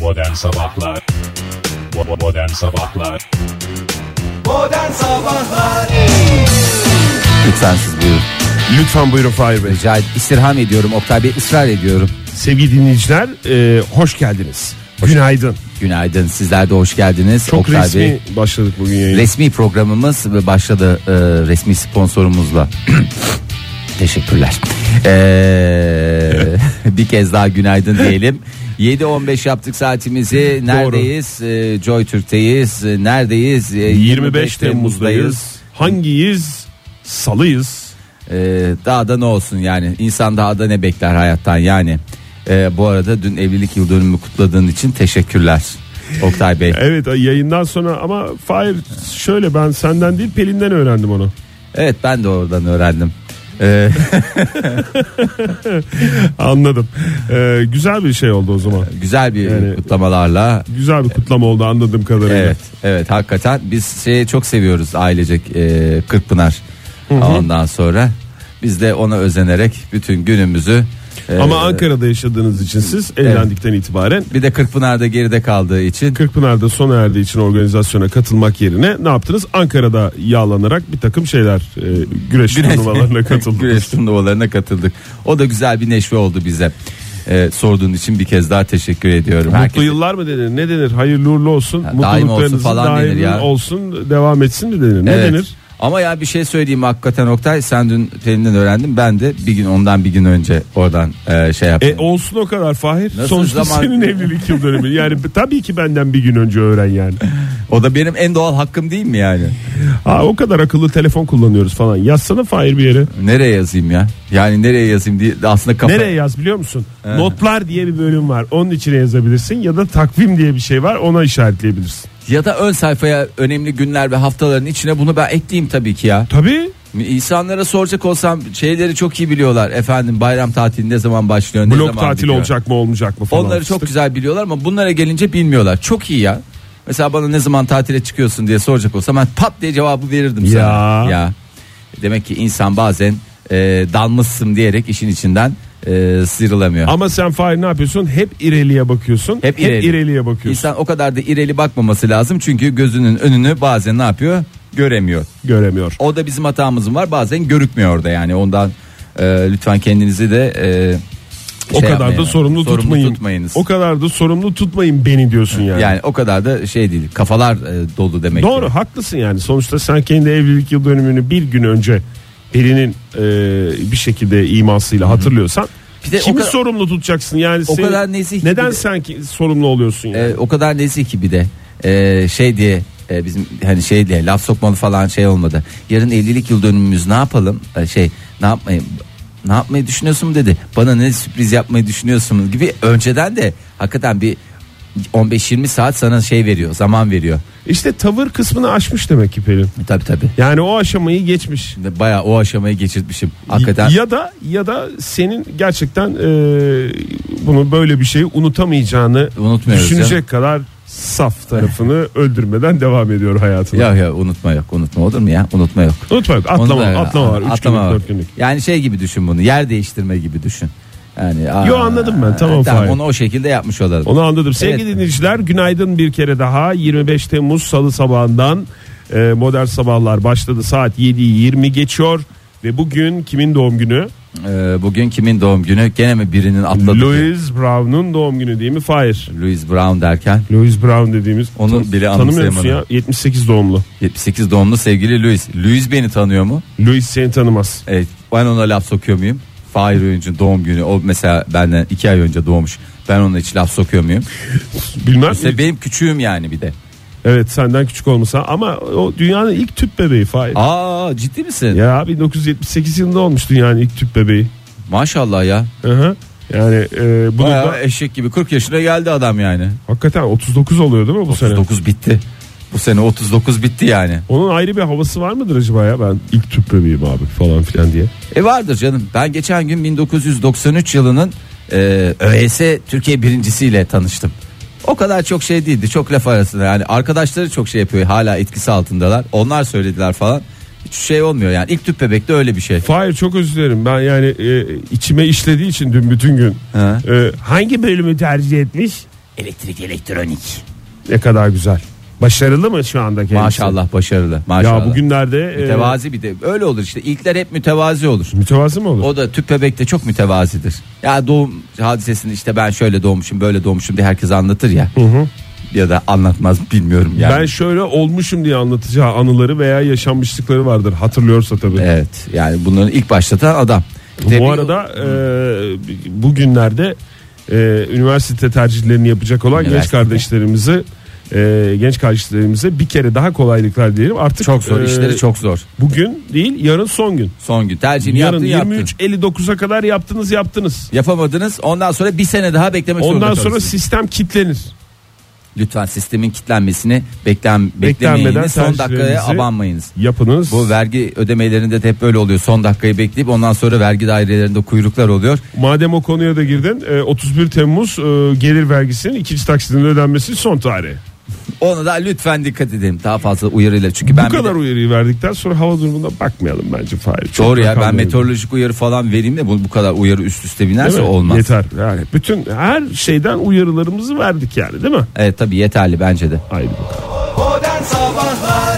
Modern Sabahlar. Modern Sabahlar. Modern Sabahlar. Lütfen siz buyurun. Lütfen buyurun Fahir Bey. Rica istirham ediyorum. Oktay Bey, ısrar ediyorum. Sevgili dinleyiciler, hoş geldiniz. Günaydın. Günaydın. Sizler de hoş geldiniz. Çok Oktay resmi Bey, başladık bugün yayına. resmi programımız başladı resmi sponsorumuzla. Teşekkürler. Bir kez daha günaydın diyelim. 7.15 yaptık saatimizi. Neredeyiz? Joy Türk'teyiz. Neredeyiz? 25 Temmuz'dayız. Hangiyiz? Salıyız. Daha da ne olsun yani. İnsan daha da ne bekler hayattan yani. Bu arada dün evlilik yıl dönümümü kutladığın için teşekkürler Oktay Bey. Evet, yayından sonra ama Fahir şöyle, ben senden değil Pelin'den öğrendim onu. Evet, ben de oradan öğrendim. Anladım. Güzel bir şey oldu o zaman. Güzel bir Yani, kutlamalarla. Güzel bir kutlama oldu anladığım kadarıyla. Evet, evet, hakikaten biz şeyi çok seviyoruz ailecek, Kırkpınar. Ondan sonra biz de ona özenerek bütün günümüzü. Ama Ankara'da yaşadığınız için siz evlendikten itibaren, Bir de Kırkpınar'da geride kaldığı için. Kırkpınar'da sona erdiği için organizasyona katılmak yerine ne yaptınız? Ankara'da yağlanarak bir takım şeyler, güreş turnuvalarına katıldık. Güreş turnuvalarına katıldık. O da güzel bir neşve oldu bize. Sorduğun için bir kez daha teşekkür ediyorum. Mutlu Herkese. yıllar mı denir? Ne denir? Hayırlı uğurlu olsun. Daim olsun Mutluluklarınızın falan denir daimi ya. olsun, devam etsin mi denir? Ne Evet. denir? Ama ya bir şey söyleyeyim hakikaten Oktay, sen dün Pelin'den öğrendin, ben de ondan bir gün önce oradan şey yaptım. Olsun o kadar Fahir. Nasıl Sonuçta zaman- senin evlilik yıl dönümü. Yani tabii ki benden bir gün önce öğren yani. O da benim en doğal hakkım değil mi yani? O kadar akıllı telefon kullanıyoruz falan. Yazsana Fahir bir yere. Nereye yazayım ya? Yani nereye yazayım diye aslında kafa. Nereye yaz biliyor musun? Notlar diye bir bölüm var. Onun içine yazabilirsin ya da takvim diye bir şey var. Ona işaretleyebilirsin. Ya da ön sayfaya önemli günler ve haftaların içine bunu ben ekleyeyim tabii ki ya. Tabii. İnsanlara soracak olsam şeyleri çok iyi biliyorlar. Efendim, bayram tatili ne zaman başlıyor, ne Blok zaman tatil bitiyor. olacak mı olmayacak mı falan. Onları çok güzel biliyorlar ama bunlara gelince bilmiyorlar. Çok iyi ya. Mesela bana ne zaman tatile çıkıyorsun diye soracak olsam ben pat diye cevabı verirdim sana. Ya. Demek ki insan bazen dalmışsın diyerek işin içinden sıyrılamıyor. Ama sen Fahir ne yapıyorsun? Hep ileriye bakıyorsun. Hep ileriye bakıyorsun. İnsan o kadar da ileri bakmaması lazım çünkü gözünün önünü bazen ne yapıyor? Göremiyor. O da bizim hatamız var, bazen görükmüyor orada yani ondan lütfen kendinizi de o kadar da sorumlu tutmayınız. O kadar da sorumlu tutmayın beni diyorsun yani. Yani o kadar da şey değil, kafalar dolu demek. Doğru, haklısın yani. Sonuçta sen kendi evlilik yıl dönümünü bir gün önce Pelin'in bir şekilde imasıyla hatırlıyorsan Bir de kimi sorumlu tutacaksın yani? O kadar nezih. Neden sen sorumlu oluyorsun yani? O kadar nezih ki bir de şey diye bizim hani şey diye laf sokmalı falan şey olmadı. Yarın evlilik yıl dönümümüz, ne yapalım? Ne yapmayı düşünüyorsun dedi. Bana ne sürpriz yapmayı düşünüyorsun gibi önceden de hakikaten bir 15-20 saat sana şey veriyor, zaman veriyor. İşte tavır kısmını aşmış demek ki Pelin. Tabii. Yani o aşamayı geçmiş. Bayağı o aşamayı geçirtmişim hakikaten. Ya da senin gerçekten bunu böyle bir şeyi unutamayacağını düşünecek kadar saf tarafını öldürmeden devam ediyor hayatına. Ya unutma olur mu ya? Unutma yok. Atlama var. 3 günlük 4 günlük. Yani şey gibi düşün bunu. Yer değiştirme gibi düşün. Yani anladım ben. Tamam. Onu o şekilde yapmış olalım. Onu anladım. Sevgili dinleyiciler, günaydın bir kere daha. 25 Temmuz Salı sabahından Modern Sabahlar başladı. Saat 7'yi 20 geçiyor ve bugün kimin doğum günü? Bugün kimin doğum günü? Gene mi birinin atladık? Louis Brown'un doğum günü değil mi Fahir? Louis Brown derken? Louis Brown dediğimiz. Onu bile tanımıyor musun ya? 78 doğumlu. 78 doğumlu sevgili Louis. Louis beni tanıyor mu? Louis seni tanımaz. Evet. Ben ona laf sokuyor muyum? Fahir Öğüncü'nün doğum günü. O mesela benden 2 ay önce doğmuş. Ben ona hiç laf sokuyor muyum? Bilmem. İşte benim küçüğüm yani bir de. Evet, senden küçük olmasa ama o dünyanın ilk tüp bebeği Fahir. Ciddi misin? Ya 1978 yılında olmuş dünyanın ilk tüp bebeği. Maşallah ya. Hı. Yani bunu da eşek gibi 40 yaşına geldi adam yani. Hakikaten 39 oluyor değil mi bu sene? 39 bitti. Bu sene 39 bitti yani. Onun ayrı bir havası var mıdır acaba ya? Ben ilk tüp bebeğim abi falan filan diye. Vardır canım. Ben geçen gün 1993 yılının ÖSS Türkiye birincisiyle tanıştım. O kadar çok şey değildi. Çok laf arasında yani. Arkadaşları çok şey yapıyor. Hala etkisi altındalar. Onlar söylediler falan. Hiç şey olmuyor yani. İlk tüp bebekte öyle bir şey. Fahir, çok özür dilerim. Ben yani içime işlediği için dün bütün gün hangi bölümü tercih etmiş elektrik, elektronik. Ne kadar güzel. Başarılı mı şu anda kendisi? Maşallah başarılı. Maşallah. Ya bugünlerde mütevazi bir de öyle olur işte. İlkler hep mütevazi olur. Mütevazi mi olur? O da tüp bebekte çok mütevazidir. Ya doğum hadisesini işte ben şöyle doğmuşum, böyle doğmuşum diye herkes anlatır ya. Ya da anlatmaz bilmiyorum yani. Ben şöyle olmuşum diye anlatacağı anıları veya yaşanmışlıkları vardır. Hatırlıyorsa tabii. Evet. Yani bunların ilk başlatan adam. Bu arada bugünlerde üniversite tercihlerini yapacak olan genç kardeşlerimize bir kere daha kolaylıklar diyelim. Artık çok zor, işleri çok zor. Bugün değil, yarın son gün. Son gün. Tercihini yarın yaptın. 23.59'a kadar yaptınız. Yapamadınız. Ondan sonra bir sene daha beklemek zorunda kalırsınız. kalırsınız. Ondan sonra sistem kilitlenir. Lütfen sistemin kilitlenmesini beklemeyiniz. Son dakikaya abanmayınız. Yapınız. Bu vergi ödemelerinde de hep böyle oluyor. Son dakikayı bekleyip ondan sonra vergi dairelerinde kuyruklar oluyor. Madem o konuya da girdin, 31 Temmuz gelir vergisinin ikinci taksidinin ödenmesi son tarihi. Ona da lütfen dikkat edin. Daha fazla uyarıyla. Çünkü bu kadar uyarıyı verdikten sonra hava durumuna bakmayalım bence Fahir. Doğru ya, ben meteorolojik uyarı falan vereyim de bu kadar uyarı üst üste binerse olmaz. Yeter. Yani bütün her şeyden uyarılarımızı verdik yani, değil mi? Evet tabii, yeterli bence de. Haydi bakalım. Modern Sabahlar.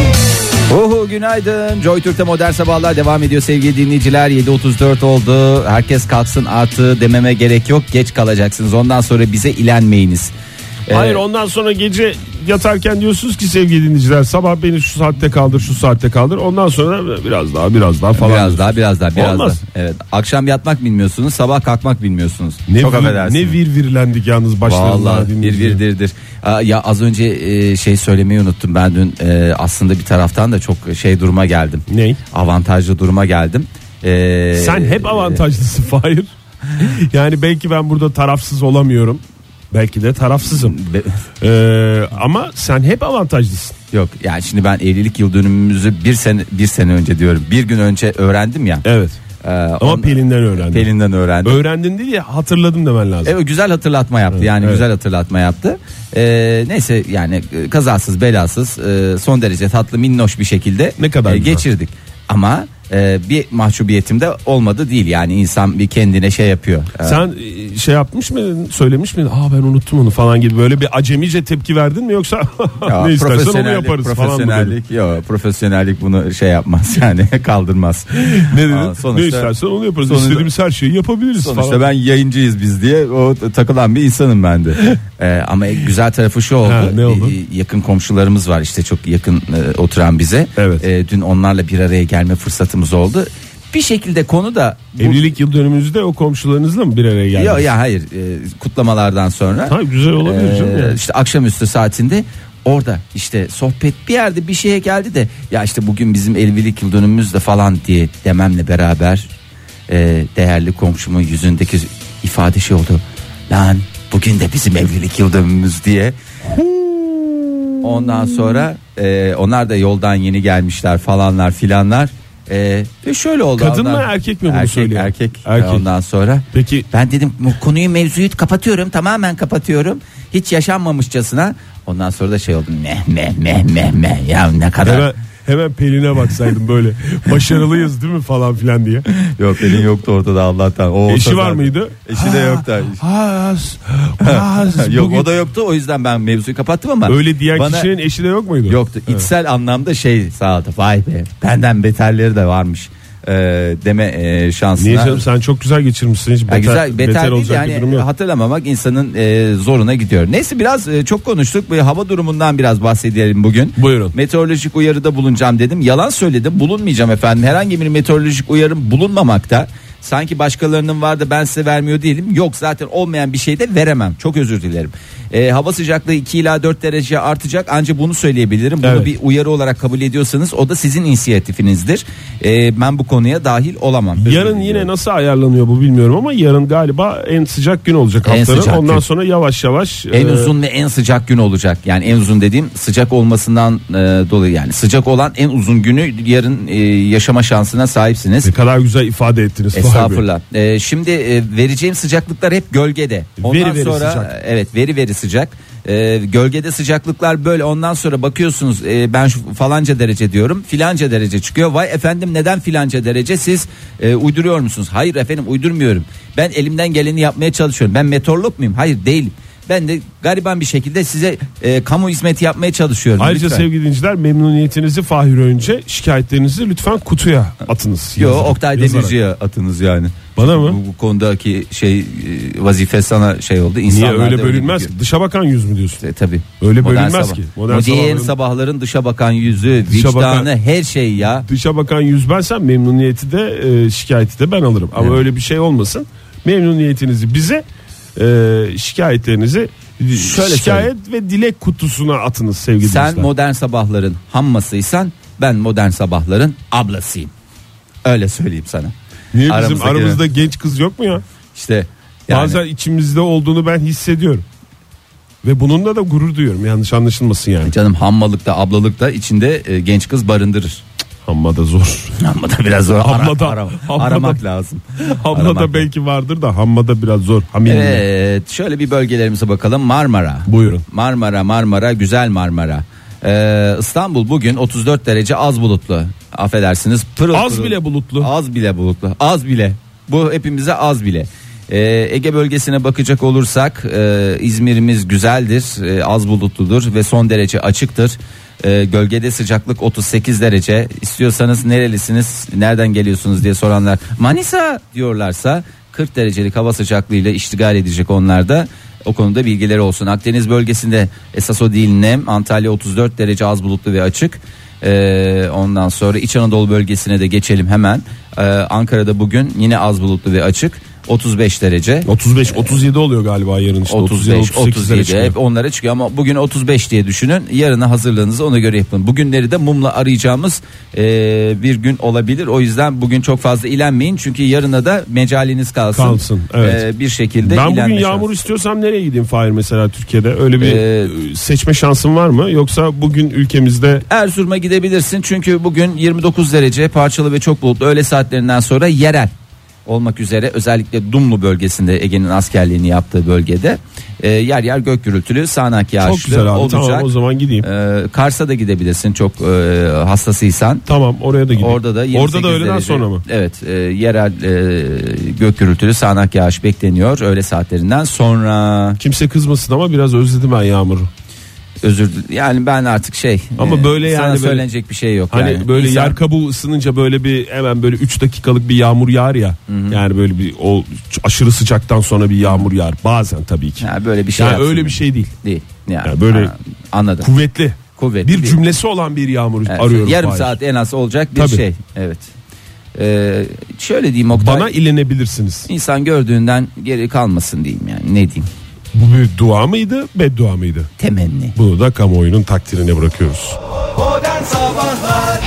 Günaydın. Joy Türk'te Modern Sabahlar devam ediyor sevgili dinleyiciler. 7.34 oldu. Herkes kalksın artı dememe gerek yok. Geç kalacaksınız. Ondan sonra bize ilenmeyiniz. Hayır, ondan sonra gece yatarken diyorsunuz ki sevgili dinleyiciler, sabah beni şu saatte kaldır. Ondan sonra biraz daha falan. Biraz daha. Olmaz. Evet. Akşam yatmak bilmiyorsunuz, sabah kalkmak bilmiyorsunuz. Çok affedersiniz. Ne virlendik yalnız başlarında. Vallahi virdir. Ya az önce söylemeyi unuttum. Ben dün aslında bir taraftan da çok duruma geldim. Ney? Avantajlı duruma geldim. Sen hep avantajlısın Fahir. Yani belki ben burada tarafsız olamıyorum. Belki de tarafsızım. Ama sen hep avantajlısın. Yok yani şimdi ben evlilik yıl dönümümüzü bir sene önce diyorum. Bir gün önce öğrendim ya. Evet. Ama Pelin'den öğrendim. Pelin'den öğrendim. Öğrendin değil ya, hatırladım demen lazım. Evet, güzel hatırlatma yaptı. Güzel hatırlatma yaptı. Neyse yani kazasız belasız son derece tatlı minnoş bir şekilde ne kadar geçirdik. Ama bir mahcubiyetim de olmadı değil, yani insan bir kendine yapıyor. Sen yapmış mıydın, söylemiş miydin? Ben unuttum onu falan gibi böyle bir acemice tepki verdin mi, yoksa ne istersen onu yaparız falan mı? Yok, profesyonellik bunu yapmaz yani kaldırmaz. Ne dedin? Ne istersen onu yaparız. İstediğimiz her şeyi yapabiliriz sonuçta falan. Ben yayıncıyız biz diye o takılan bir insanım ben de. Ama güzel tarafı şu oldu. Ne oldu? Yakın komşularımız var işte, çok yakın oturan bize. Evet. Dün onlarla bir araya gelme fırsatımız oldu. Bir şekilde konu da evlilik yıl dönümünüzde o komşularınızla mı bir araya geldiniz? Yok ya, hayır, kutlamalardan sonra. Güzel olabilir canım yani. İşte akşamüstü saatinde orada işte sohbet bir yerde bir şeye geldi de ya işte bugün bizim evlilik yıl dönümümüz de falan diye dememle beraber değerli komşumun yüzündeki ifade oldu. Lan bugün de bizim evlilik yıl dönümümüz diye. Ondan sonra onlar da yoldan yeni gelmişler falanlar filanlar. Şöyle oldu. Kadın mı erkek mi bunu söylüyor? Erkek. Ondan sonra peki ben dedim konuyu, mevzuyu kapatıyorum, tamamen kapatıyorum, hiç yaşanmamışçasına. Ondan sonra da oldu, meh ya ne kadar. Hemen Pelin'e baksaydım böyle başarılıyız değil mi falan filan diye. Yok, Pelin yoktu ortada Allah'tan. Eşi var mıydı? Eşi de yoktu. Yok, bugün... o da yoktu, o yüzden ben mevzuyu kapattım ama. Öyle diyen kişinin eşi de yok muydu? Yoktu. İçsel anlamda sağ ol, vay be benden beterleri de varmış deme şansına. Niye canım, sen çok güzel geçirmişsin, hiç beter olacak yani, bir durum yok. Hatırlamamak insanın zoruna gidiyor. Neyse, biraz çok konuştuk. Hava durumundan biraz bahsedelim bugün. Buyurun. Meteorolojik uyarıda bulunacağım dedim. Yalan söyledim, bulunmayacağım efendim. Herhangi bir meteorolojik uyarım bulunmamakta. Sanki başkalarının var da ben size vermiyor değilim. Yok, zaten olmayan bir şey de veremem. Çok özür dilerim. Hava sıcaklığı 2 ila 4 derece artacak. Ancak bunu söyleyebilirim. Bunu bir uyarı olarak kabul ediyorsanız o da sizin inisiyatifinizdir. Ben bu konuya dahil olamam. Yarın yine nasıl ayarlanıyor bu bilmiyorum ama yarın galiba en sıcak gün olacak haftanın. Ondan sonra yavaş yavaş. En uzun ve en sıcak gün olacak. Yani en uzun dediğim sıcak olmasından dolayı, yani sıcak olan en uzun günü yarın yaşama şansına sahipsiniz. Ne kadar güzel ifade ettiniz. Estağfurullah. Şimdi vereceğim sıcaklıklar hep gölgede. Ondan veri sonra sıcak. Evet, veri sıcak. Gölgede sıcaklıklar böyle, ondan sonra bakıyorsunuz ben şu falanca derece diyorum, filanca derece çıkıyor. Vay efendim, neden filanca derece, siz uyduruyor musunuz? Hayır efendim, uydurmuyorum. Ben elimden geleni yapmaya çalışıyorum. Ben meteorolog muyum? Hayır, değilim. Ben de gariban bir şekilde size kamu hizmeti yapmaya çalışıyorum. Ayrıca lütfen. sevgili dinleyiciler, memnuniyetinizi Fahir önce, şikayetlerinizi lütfen kutuya atınız. Yo, Yazarak. Oktay Demirci'ye atınız yani. Bana mı? Bu konudaki vazife sana şey oldu. Niye İnsanlar öyle da bölünmez biliyor. ki? Dışa bakan yüz mü diyorsun? Tabii. Öyle Modern bölünmez sabah. ki. Modern sabahların dışa bakan yüzü, Dışa vicdanı, bakan- her şey ya. Dışa bakan yüz bensem memnuniyeti de şikayeti de ben alırım. Ama Evet. öyle bir şey olmasın. Memnuniyetinizi bize, şikayetlerinizi Şöyle şikayet ve dilek kutusuna atınız sevgili Sen dinleyiciler. modern sabahların hammasıysan ben modern sabahların ablasıyım. Öyle söyleyeyim sana. Niye bizim Aramızdaki- aramızda genç kız yok mu ya? İşte yani, Bazen içimizde olduğunu ben hissediyorum. Ve bununla da gurur duyuyorum. Yanlış anlaşılmasın yani. canım hammalıkta ablalıkta içinde genç kız barındırır. Amma da zor. Hamma da biraz zor. Hamma da- hamma aramak da- lazım. Hamma Aramak da belki vardır da hamma da biraz zor. Hamile. Evet, şöyle bir bölgelerimize bakalım. Marmara. Buyurun. Marmara, güzel Marmara. İstanbul bugün 34 derece az bulutlu. Affedersiniz. Pırıl Az pırıl. bile bulutlu. Az bile bulutlu. Az bile. Bu hepimize az bile. Ege bölgesine bakacak olursak İzmir'imiz güzeldir, az bulutludur ve son derece açıktır. Gölgede sıcaklık 38 derece. İstiyorsanız nerelisiniz, nereden geliyorsunuz diye soranlar Manisa diyorlarsa 40 derecelik hava sıcaklığıyla iştigal edecek onlar da. O konuda bilgileri olsun. Akdeniz bölgesinde esas o değil nem. Antalya 34 derece az bulutlu ve açık. Ondan sonra İç Anadolu bölgesine de geçelim hemen. Ankara'da bugün yine az bulutlu ve açık. 35 derece. 35-37 oluyor galiba yarın işte. 35, 37-38'lere 37 hep onlara çıkıyor ama bugün 35 diye düşünün. Yarına hazırlığınızı ona göre yapın. Bugünleri de mumla arayacağımız bir gün olabilir. O yüzden bugün çok fazla ilenmeyin. Çünkü yarına da mecaliniz kalsın. Evet. Bir şekilde Ben bugün ilenme yağmur şansı. istiyorsam nereye gideyim Fahir mesela Türkiye'de? Öyle bir seçme şansım var mı? Yoksa bugün ülkemizde Erzurum'a gidebilirsin. Çünkü bugün 29 derece parçalı ve çok bulutlu. Öğle saatlerinden sonra yerel olmak üzere özellikle Dumlu bölgesinde Ege'nin askerliğini yaptığı bölgede yer yer gök gürültülü sağanak yağışlı çok güzel abi. olacak. Tamam, o zaman gideyim. Kars'a da gidebilirsin çok hastasıysan. Tamam, oraya da gideyim. Orada da 28 öğleden derece. sonra mı? Evet, yerel gök gürültülü sağanak yağış bekleniyor öğle saatlerinden sonra. Kimse kızmasın ama biraz özledim ben yağmuru. Özür dilerim. Yani ben artık Ama böyle sana yani böyle- söylenecek bir şey yok. Hani yani. böyle İnsan- yer kabuğu ısınınca böyle bir hemen böyle 3 dakikalık bir yağmur yağar ya. Yani böyle bir o aşırı sıcaktan sonra bir yağmur yağar. Bazen tabii ki. Ya böyle bir şey Yani yapsın öyle yani. bir şey değil. Değil. Yani böyle anladım. Kuvvetli. Kuvvetli Bir cümlesi olan bir yağmur Evet, arıyorum. yarım Fahir. saat en az olacak bir Tabii. şey. Evet. Şöyle diyeyim Oktay. Bana ilenebilirsiniz. İnsan gördüğünden geri kalmasın diyeyim yani. Ne diyeyim? Bu bir dua mıydı, beddua mıydı? Temenni. Bunu da kamuoyunun takdirine bırakıyoruz. Modern Sabahlar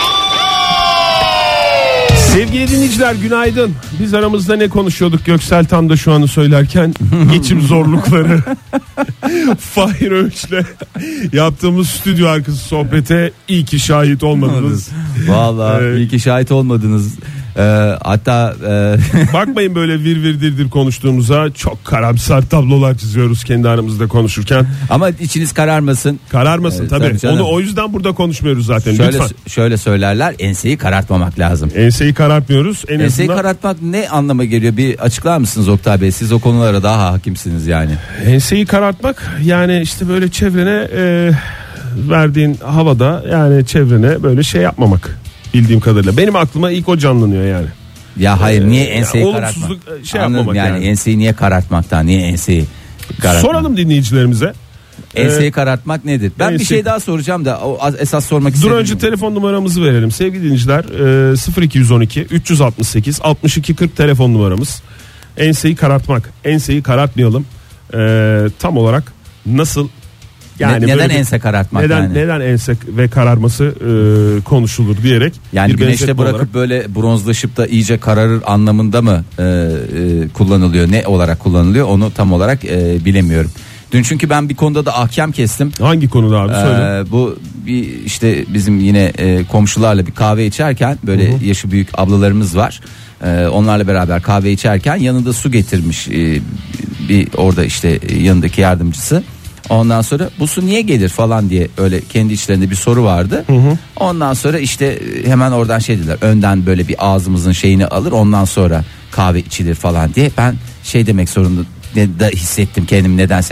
Sevgili dinleyiciler, günaydın. Biz aramızda ne konuşuyorduk? Göksel Tan da şu anı söylerken geçim zorlukları. Fahir Öğünç'le yaptığımız stüdyo arkası sohbete iyi ki şahit olmadınız. Vallahi iyi ki şahit olmadınız. Hatta Bakmayın böyle vir vir dir konuştuğumuza, çok karamsar tablolar çiziyoruz kendi aramızda konuşurken. ama içiniz kararmasın. Kararmasın tabii. tabii canım. Onu o yüzden burada konuşmuyoruz zaten. Şöyle Lütfen. şöyle söylerler, enseyi karartmamak lazım. Enseyi karartmıyoruz. En Enseyi azından karartmak ne anlama geliyor? Bir açıklar mısınız Oktay Bey? Siz o konulara daha hakimsiniz yani. enseyi karartmak yani işte böyle çevrene verdiğin havada, yani çevrene böyle şey yapmamak, bildiğim kadarıyla. Benim aklıma ilk o canlanıyor yani. Ya hayır, niye enseyi olumsuzluk, karartmak? şey Anladım yapmamak yani. enseyi niye karartmaktan? Niye enseyi karartmak? Soralım dinleyicilerimize. Enseyi karartmak nedir? Ben bir enseyi- şey daha soracağım da o esas sormak Dur istedim. önce telefon numaramızı verelim sevgili dinleyiciler. 0212 368 62 40 telefon numaramız. Enseyi karartmak, enseyi karartmayalım. Tam olarak nasıl, yani neden böyle bir- ense karartmak yani? neden ense ve kararması konuşulur diyerek Yani bir güneşte benzetme bırakıp olarak. böyle bronzlaşıp da iyice kararır anlamında mı kullanılıyor? Ne olarak kullanılıyor? Onu tam olarak bilemiyorum. Dün çünkü ben bir konuda da ahkam kestim. Hangi konuda abi söyle. Bu bir işte bizim yine komşularla bir kahve içerken böyle yaşı büyük ablalarımız var. Onlarla beraber kahve içerken yanında su getirmiş bir orada işte yanındaki yardımcısı. Ondan sonra bu su niye gelir falan diye öyle kendi içlerinde bir soru vardı. Ondan sonra işte hemen oradan şey dediler. Önden böyle bir ağzımızın şeyini alır, ondan sonra kahve içilir falan diye. Ben şey demek zorunda da hissettim kendimi nedense.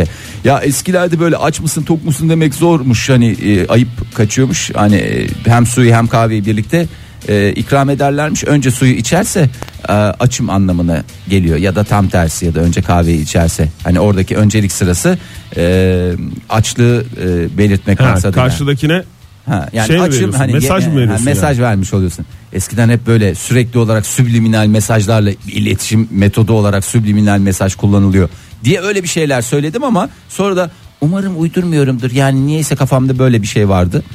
Ya eskilerde böyle aç mısın tok musun demek zormuş, hani ayıp kaçıyormuş. Hani hem suyu hem kahveyi birlikte ikram ederlermiş. Önce suyu içerse açım anlamına geliyor, ya da tam tersi, ya da önce kahveyi içerse. Hani oradaki öncelik sırası açlığı belirtmek maksadıyla. Karşıdakine yani şey açım, hani mesaj mı veriyorsun? Mesaj vermiş oluyorsun. Eskiden hep böyle sürekli olarak subliminal mesajlarla iletişim metodu olarak subliminal mesaj kullanılıyor diye öyle bir şeyler söyledim ama sonra da umarım uydurmuyorumdur. Yani niyeyse kafamda böyle bir şey vardı.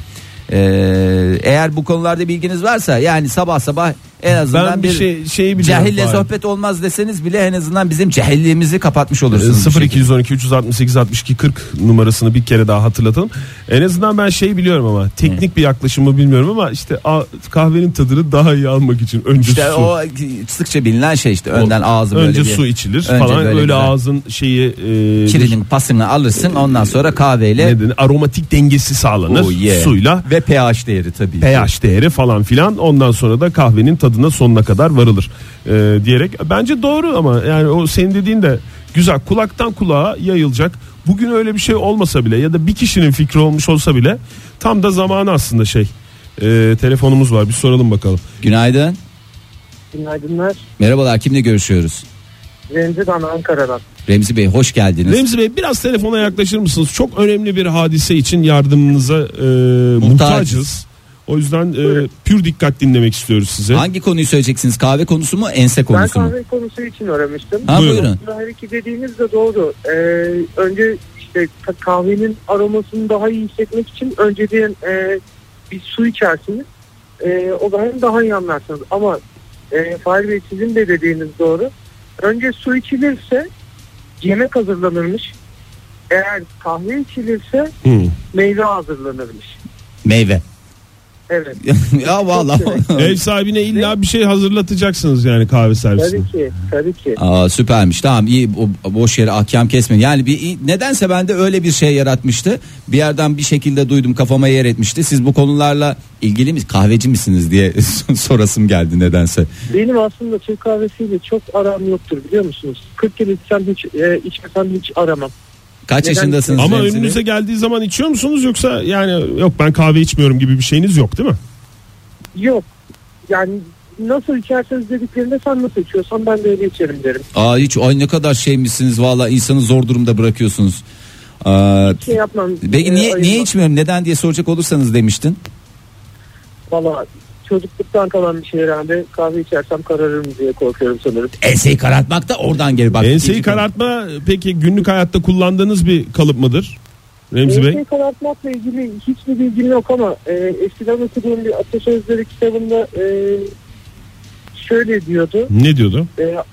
Eğer bu konularda bilginiz varsa, yani sabah sabah en azından ben bir şeyi cahille sohbet olmaz deseniz bile en azından bizim cahilliğimizi kapatmış olursunuz. 0212 368 62 40 numarasını bir kere daha hatırlatalım. En azından ben biliyorum ama teknik bir yaklaşımı bilmiyorum ama işte kahvenin tadını daha iyi almak için önce işte su. O sıkça bilinen şey, işte önden ağzı böyle önce bir, su içilir falan, öyle güzel. Ağzın kirinin pasını alırsın, ondan sonra kahveyle aromatik dengesi sağlanır suyla ve pH değeri tabii. pH değeri falan filan, ondan sonra da kahvenin tadına sonuna kadar varılır diyerek. Bence doğru ama yani o senin dediğin de güzel, kulaktan kulağa yayılacak. Bugün öyle bir şey olmasa bile ya da bir kişinin fikri olmuş olsa bile tam da zamanı aslında telefonumuz var, bir soralım bakalım. Günaydın. Günaydınlar. Merhabalar, kimle görüşüyoruz? Remzi ben, Ankara'dan. Remzi Bey hoş geldiniz. Remzi Bey biraz telefona yaklaşır mısınız? Çok önemli bir hadise için yardımınıza muhtacız. O yüzden pür dikkat dinlemek istiyoruz size. Hangi konuyu söyleyeceksiniz? Kahve konusu mu, ense konusu mu? Ben kahve konusu için aramıştım. Buyurun. Her iki dediğiniz de doğru. Önce işte kahvenin aromasını daha iyi hissetmek için önceden bir su içersiniz. O zaman daha iyi anlarsınız. Ama Fahir Bey, sizin de dediğiniz doğru. Önce su içilirse yemek hazırlanırmış. Eğer kahve içilirse meyve hazırlanırmış. Meyve. Evet. Ya vallahi. Ev sahibine illa bir şey hazırlatacaksınız yani kahve servisine. Tabii ki. Süpermiş. Tamam, iyi, boş yere ahkam kesmeyin. Yani nedense bende öyle bir şey yaratmıştı. Bir yerden bir şekilde duydum, kafama yer etmişti. Siz bu konularla ilgili mi, kahveci misiniz diye sorasım geldi nedense. Benim aslında Türk kahvesiyle çok aram yoktur, biliyor musunuz? 40 yıl içsem içmesem hiç aramam. Kaç yaşındasınız? Ama önünüze geldiği zaman içiyor musunuz, yoksa yani yok ben kahve içmiyorum gibi bir şeyiniz yok değil mi? Yok. Yani nasıl içerseniz dediklerinde, sen nasıl içiyorsan ben de öyle içerim derim. Hiç ne kadar şeymişsiniz valla, insanı zor durumda bırakıyorsunuz. Hiç şey yapmam. Peki niye içmiyorum, neden diye soracak olursanız demiştin. Valla çocukluktan kalan bir şey herhalde, kahve içersem kararırım diye korkuyorum sanırım. Enseyi karartmak da oradan gelir. Bak, enseyi karartma peki günlük hayatta kullandığınız bir kalıp mıdır Remzi Bey? Enseyi karartmakla ilgili hiçbir bilgim yok ama eskiden okuduğum bir atasözleri kitabında şöyle diyordu. Ne diyordu?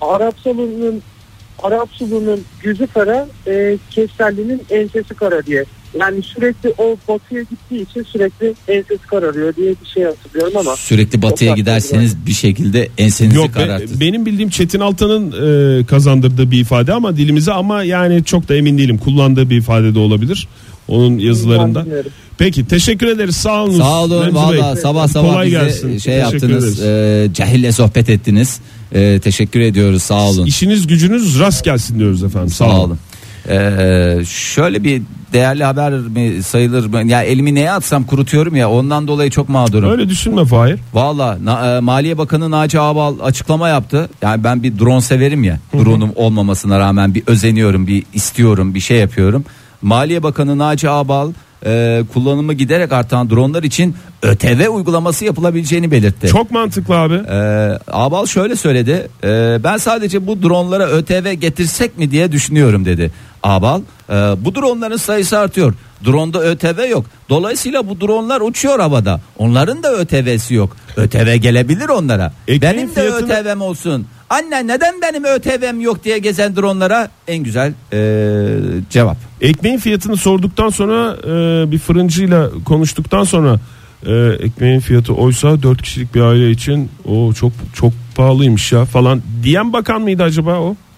Arap sulunun yüzü kara, Kevserli'nin ensesi kara diye. Yani sürekli o batıya gittiği için sürekli ensesi kararıyor diye bir şey hatırlıyorum ama. Sürekli batıya giderseniz bir şekilde ensenizi karartır. Benim bildiğim Çetin Altan'ın kazandırdığı bir ifade ama dilimize, ama yani çok da emin değilim, kullandığı bir ifade de olabilir onun yazılarında. Peki, teşekkür ederiz, sağ olun. Sağ olun valla, sabah kolay bize gelsin. Yaptınız, cahille sohbet ettiniz. Teşekkür ediyoruz, sağ olun. İşiniz gücünüz rast gelsin diyoruz efendim, sağ olun. Şöyle bir değerli haber mi sayılır mı? Ya elimi neye atsam kurutuyorum ya, ondan dolayı çok mağdurum. Öyle düşünme Fahir. Valla Maliye Bakanı Naci Ağbal açıklama yaptı. Yani ben bir drone severim ya. Drone'um olmamasına rağmen bir özeniyorum, bir istiyorum, bir şey yapıyorum. Maliye Bakanı Naci Ağbal kullanımı giderek artan dronlar için ÖTV uygulaması yapılabileceğini belirtti. Çok mantıklı abi. Ağbal şöyle söyledi. Ben sadece bu dronlara ÖTV getirsek mi diye düşünüyorum dedi. Ağbal, bu dronların sayısı artıyor. Dronda ÖTV yok. Dolayısıyla bu dronlar uçuyor havada. Onların da ÖTV'si yok. ÖTV gelebilir onlara. Benim de ÖTV'm olsun. Anne neden benim ÖTV'm yok diye gezen dronlara en güzel cevap. Ekmeğin fiyatını sorduktan sonra bir fırıncıyla konuştuktan sonra ekmeğin fiyatı oysa 4 kişilik bir aile için o çok pahalıymış ya falan diyen bakan mıydı acaba o?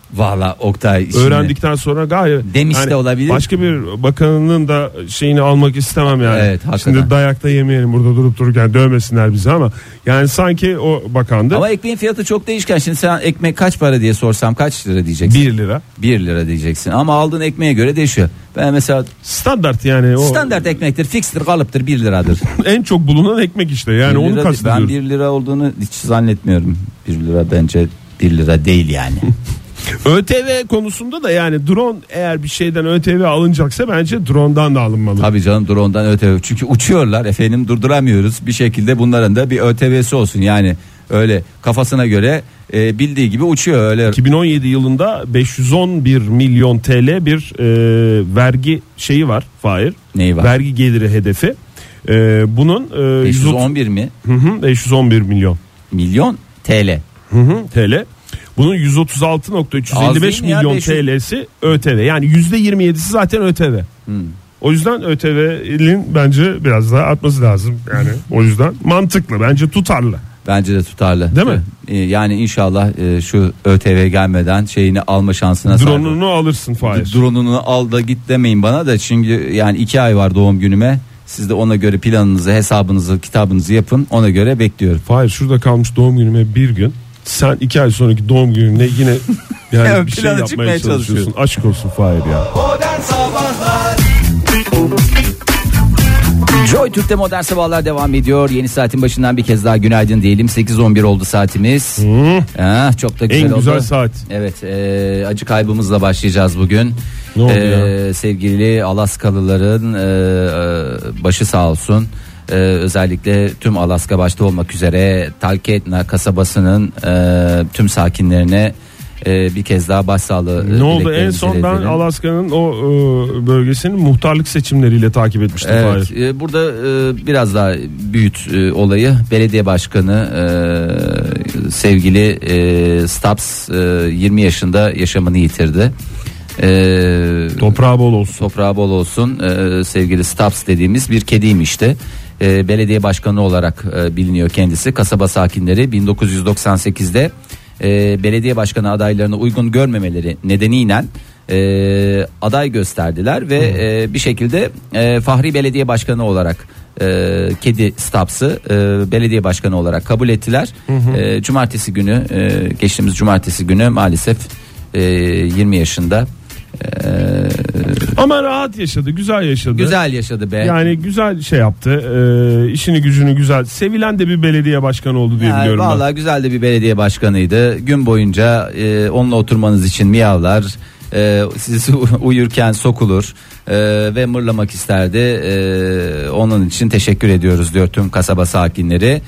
Valla Oktay öğrendikten sonra gayet demiş de olabilir. Başka bir bakanının da şeyini almak istemem yani. Evet, hakikaten. Şimdi dayakta yemeyelim burada durup dururken, dövmesinler bizi ama yani sanki o bakandı. Ama ekmeğin fiyatı çok değişken. Şimdi sen ekmek kaç para diye sorsam kaç lira diyeceksin? 1 lira. 1 lira diyeceksin ama aldığın ekmeğe göre değişiyor. Ben mesela Standart yani o. Standart ekmektir, fikstir, kalıptır, 1 liradır. En çok bulunan ekmek işte yani onu Ben kastediyorum. 1 lira olduğunu hiç zannetmiyorum. 1 lira bence 1 lira değil yani. ÖTV konusunda da yani drone, eğer bir şeyden ÖTV alınacaksa bence drone'dan da alınmalı. Tabii canım, drone'dan ÖTV. Çünkü uçuyorlar efendim, durduramıyoruz. Bir şekilde bunların da bir ÖTV'si olsun. Yani öyle kafasına göre bildiği gibi uçuyor öyle. 2017 yılında 511 milyon TL bir vergi şeyi var Fahir. Neyi var? Vergi geliri hedefi. Bunun 511 mi? 511 milyon. Milyon TL. TL. Bunun 136.355 milyon TL'si ÖTV. Yani %27'si zaten ÖTV. O yüzden ÖTV'nin bence biraz daha artması lazım. Yani o yüzden mantıklı, bence tutarlı. Bence de tutarlı. Değil mi? Yani inşallah şu ÖTV gelmeden şeyini alma şansına sahip. Drone'unu alırsın Fahir. Drone'unu al da git demeyin bana da, çünkü yani 2 ay var doğum günüme. Siz de ona göre planınızı, hesabınızı, kitabınızı yapın. Ona göre bekliyorum. Fahir, şurada kalmış doğum günüme bir gün. Sen 2 ay sonraki doğum gününe yine yani bir şey yapmaya çalışıyorsun. Aşk olsun Fahir ya. Modern Sabahlar. Joy Türk'te Modern Sabahlar devam ediyor. Yeni saatin başından bir kez daha günaydın diyelim. 8:11 oldu saatimiz. Çok da güzel oldu. En güzel saat. Evet, acı kaybımızla başlayacağız bugün. Ne oldu ya? Sevgili Alaskalıların başı sağ olsun. Özellikle tüm Alaska başta olmak üzere Talkeetna kasabasının tüm sakinlerine bir kez daha başsağlığı. Ne oldu en son? Ben Alaska'nın o bölgesinin muhtarlık seçimleriyle takip etmiştim. Evet, burada biraz daha büyüt olayı. Belediye başkanı sevgili Stubbs 20 yaşında yaşamını yitirdi. Toprağı bol olsun. Toprağı bol olsun. Sevgili Stubbs dediğimiz bir kediymişti. Belediye başkanı olarak biliniyor kendisi. Kasaba sakinleri 1998'de belediye başkanı adaylarına uygun görmemeleri nedeniyle aday gösterdiler ve bir şekilde Fahri Belediye Başkanı olarak kedi Stubbs'ı belediye başkanı olarak kabul ettiler. Cumartesi günü, geçtiğimiz cumartesi günü maalesef 20 yaşında. Ama rahat yaşadı, güzel yaşadı. Güzel yaşadı be. Yani güzel şey yaptı. İşini gücünü güzel. Sevilen de bir belediye başkanı oldu diye biliyorum ben. Vallahi güzel de bir belediye başkanıydı. Gün boyunca onunla oturmanız için miyavlar. Siz uyurken sokulur ve mırlamak isterdi. Onun için teşekkür ediyoruz diyor tüm kasaba sakinleri.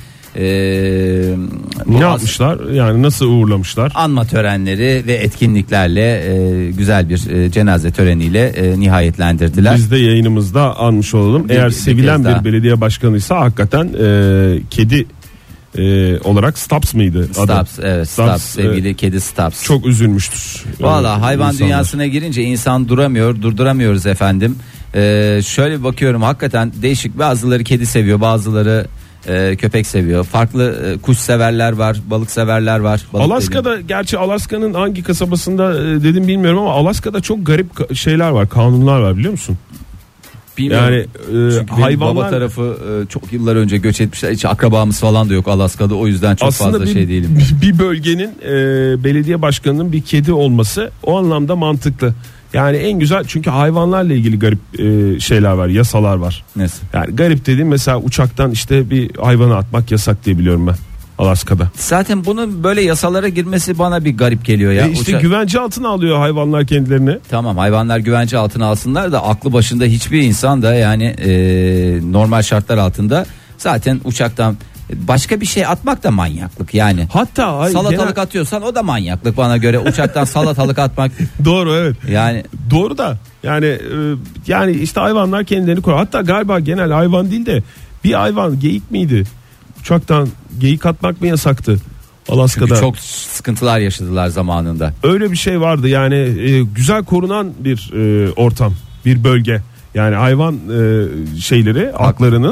Ne yapmışlar? Yani nasıl uğurlamışlar? Anma törenleri ve etkinliklerle güzel bir cenaze töreniyle nihayetlendirdiler. Biz de yayınımızda anmış olalım. Eğer sevilen bir belediye başkanıysa hakikaten kedi olarak Stubbs mıydı? Stubbs, evet, Stubbs, sevgili kedi Stubbs. Çok üzülmüştür. Valla hayvan dünyasına girince insan durduramıyoruz efendim. Şöyle bir bakıyorum, hakikaten değişik, bazıları kedi seviyor, bazıları köpek seviyor. Farklı kuş severler var, balık severler var. Alaska'da, gerçi Alaska'nın hangi kasabasında dedim bilmiyorum ama Alaska'da çok garip şeyler var, kanunlar var, biliyor musun? Bilmiyorum. Yani çünkü hayvanlar, baba tarafı çok yıllar önce göç etmişler. Hiç akrabamız falan da yok Alaska'da, o yüzden çok fazla şey değilim. Bir bölgenin belediye başkanının bir kedi olması o anlamda mantıklı. Yani en güzel, çünkü hayvanlarla ilgili garip şeyler var, yasalar var. Nasıl? Yani garip dediğim, mesela uçaktan işte bir hayvanı atmak yasak diye biliyorum ben Alaska'da. Zaten bunun böyle yasalara girmesi bana bir garip geliyor ya. İşte güvence altına alıyor hayvanlar kendilerini. Tamam, hayvanlar güvence altına alsınlar da aklı başında hiçbir insan da yani normal şartlar altında zaten uçaktan başka bir şey atmak da manyaklık yani. Hatta salatalık atıyorsan o da manyaklık bana göre. Uçaktan salatalık atmak. Doğru, evet. Yani doğru da yani işte hayvanlar kendilerini koruyor. Hatta galiba genel hayvan değil de bir hayvan, geyik miydi? Uçaktan geyik atmak mı yasaktı Alaska'da? Çünkü çok sıkıntılar yaşadılar zamanında. Öyle bir şey vardı yani, güzel korunan bir ortam, bir bölge. Yani hayvan şeyleri, haklarının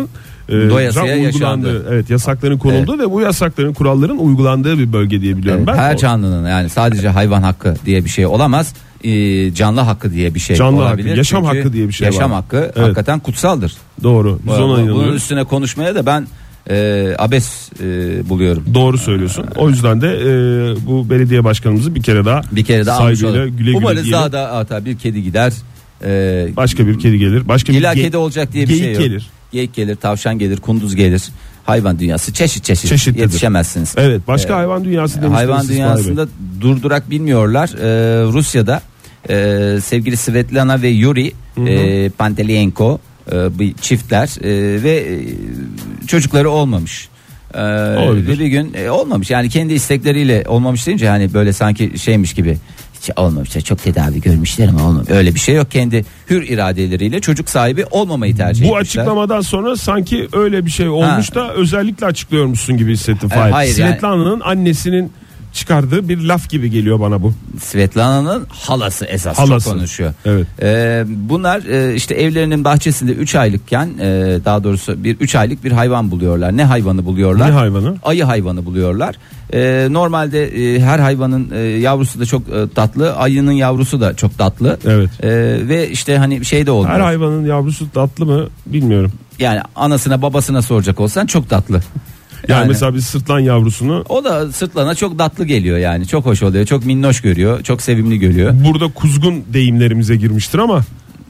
doyasıya yaşandı. Evet, yasakların konuldu ve bu yasakların, kuralların uygulandığı bir bölge diye biliyorum ben. Her canlının, yani sadece hayvan hakkı diye bir şey olamaz. Canlı hakkı diye bir şey canlı olabilir. Hakkı, yaşam hakkı diye bir şey yaşam var. hakkı hakikaten kutsaldır. Doğru. Biz ona inanıyoruz. Bunun üstüne konuşmaya da ben abes buluyorum. Doğru söylüyorsun. O yüzden de bu belediye başkanımızı bir kere daha saygıyla güle umarız güle daha da hatta bir kedi gider. Başka bir kedi gelir. Başka İlla kedi olacak diye bir şey yok. Gelir. Geyik gelir, tavşan gelir, kunduz gelir. Hayvan dünyası çeşit yetişemezsiniz. Evet, başka hayvan dünyası demiştiniz. Hayvan dünyasında durdurak bilmiyorlar. Rusya'da sevgili Svetlana ve Yuri Pantelienko bir çiftler ve çocukları olmamış. Ve bir gün olmamış, yani kendi istekleriyle olmamış deyince hani böyle sanki şeymiş gibi, hiç olmamış, çok tedavi görmüşler ama olmamış, öyle bir şey yok, kendi hür iradeleriyle çocuk sahibi olmamayı tercih etmişler. Bu açıklamadan sonra sanki öyle bir şey olmuş da özellikle açıklıyormuşsun gibi hissettim. Hayır, Svetlana'nın annesinin çıkardığı bir laf gibi geliyor bana bu. Svetlana'nın halası esas çok konuşuyor. Evet. Bunlar işte evlerinin bahçesinde 3 aylıkken daha doğrusu 3 aylık bir hayvan buluyorlar. Ne hayvanı buluyorlar? Ne hayvanı? Ayı hayvanı buluyorlar. Normalde her hayvanın yavrusu da çok tatlı, ayının yavrusu da çok tatlı. Evet. Ve işte hani şey de olmuyor. Her hayvanın yavrusu tatlı mı bilmiyorum. Yani anasına babasına soracak olsan çok tatlı. Yani mesela bir sırtlan yavrusunu, o da sırtlana çok tatlı geliyor, yani çok hoş oluyor, çok minnoş görüyor, çok sevimli görüyor. Burada kuzgun deyimlerimize girmiştir ama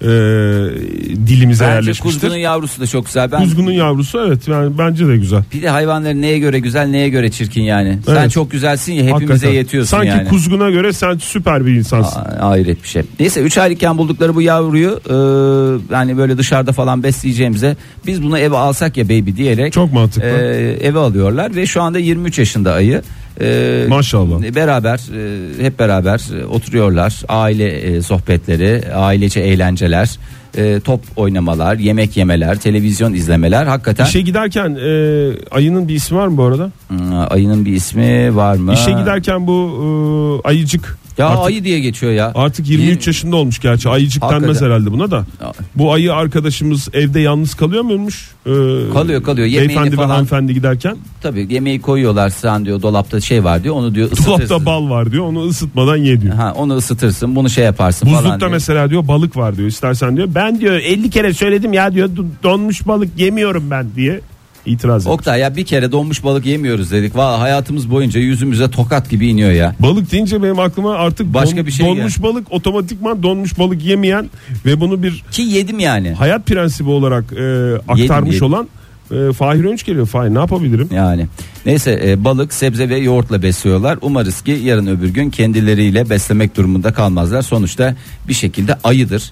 dilimize yerleşmiştir. Bence kuzgunun yavrusu da çok güzel. Kuzgunun yavrusu, evet, yani bence de güzel. Bir de hayvanların neye göre güzel, neye göre çirkin yani. Evet. Sen çok güzelsin ya, hepimize hakikaten yetiyorsun sanki yani. Sanki kuzguna göre sen süper bir insansın. Hayret bir şey. Neyse 3 aylıkken buldukları bu yavruyu yani böyle dışarıda falan besleyeceğimize biz bunu eve alsak ya baby diyerek. Çok mantıklı. Eve alıyorlar ve şu anda 23 yaşında ayı. Maşallah. Hep beraber oturuyorlar. Aile sohbetleri, ailece eğlenceler, top oynamalar, yemek yemeler, televizyon izlemeler. Hakikaten. İşe giderken ayının bir ismi var mı bu arada? Ayının bir ismi var mı? İşe giderken bu ayıcık. Ya ayı diye geçiyor ya. Artık 23 yaşında olmuş gerçi. Ayıcık denmez herhalde buna da. Bu ayı arkadaşımız evde yalnız kalıyor muymuş? Kalıyor. Beyefendi ve hanımefendi giderken. Tabii yemeği koyuyorlar, sen diyor dolapta şey var diyor, onu diyor ısıtırsın. Dolapta bal var diyor, onu ısıtmadan ye diyor. Onu ısıtırsın, bunu şey yaparsın falan diyor. Buzlukta mesela diyor balık var diyor, istersen diyor. Ben diyor 50 kere söyledim ya diyor, donmuş balık yemiyorum ben diye itiraz ediyor. Oktay ya, bir kere donmuş balık yemiyoruz dedik. Vallahi hayatımız boyunca yüzümüze tokat gibi iniyor ya. Balık deyince benim aklıma artık başka bir şey donmuş ya. Balık otomatikman donmuş balık yemeyen ve bunu bir ki yedim yani. Hayat prensibi olarak aktarmış yedim. Olan Fahir Önç geliyor. Fahir, ne yapabilirim? Yani neyse, balık, sebze ve yoğurtla besliyorlar. Umarız ki yarın öbür gün kendileriyle beslemek durumunda kalmazlar. Sonuçta bir şekilde ayıdır.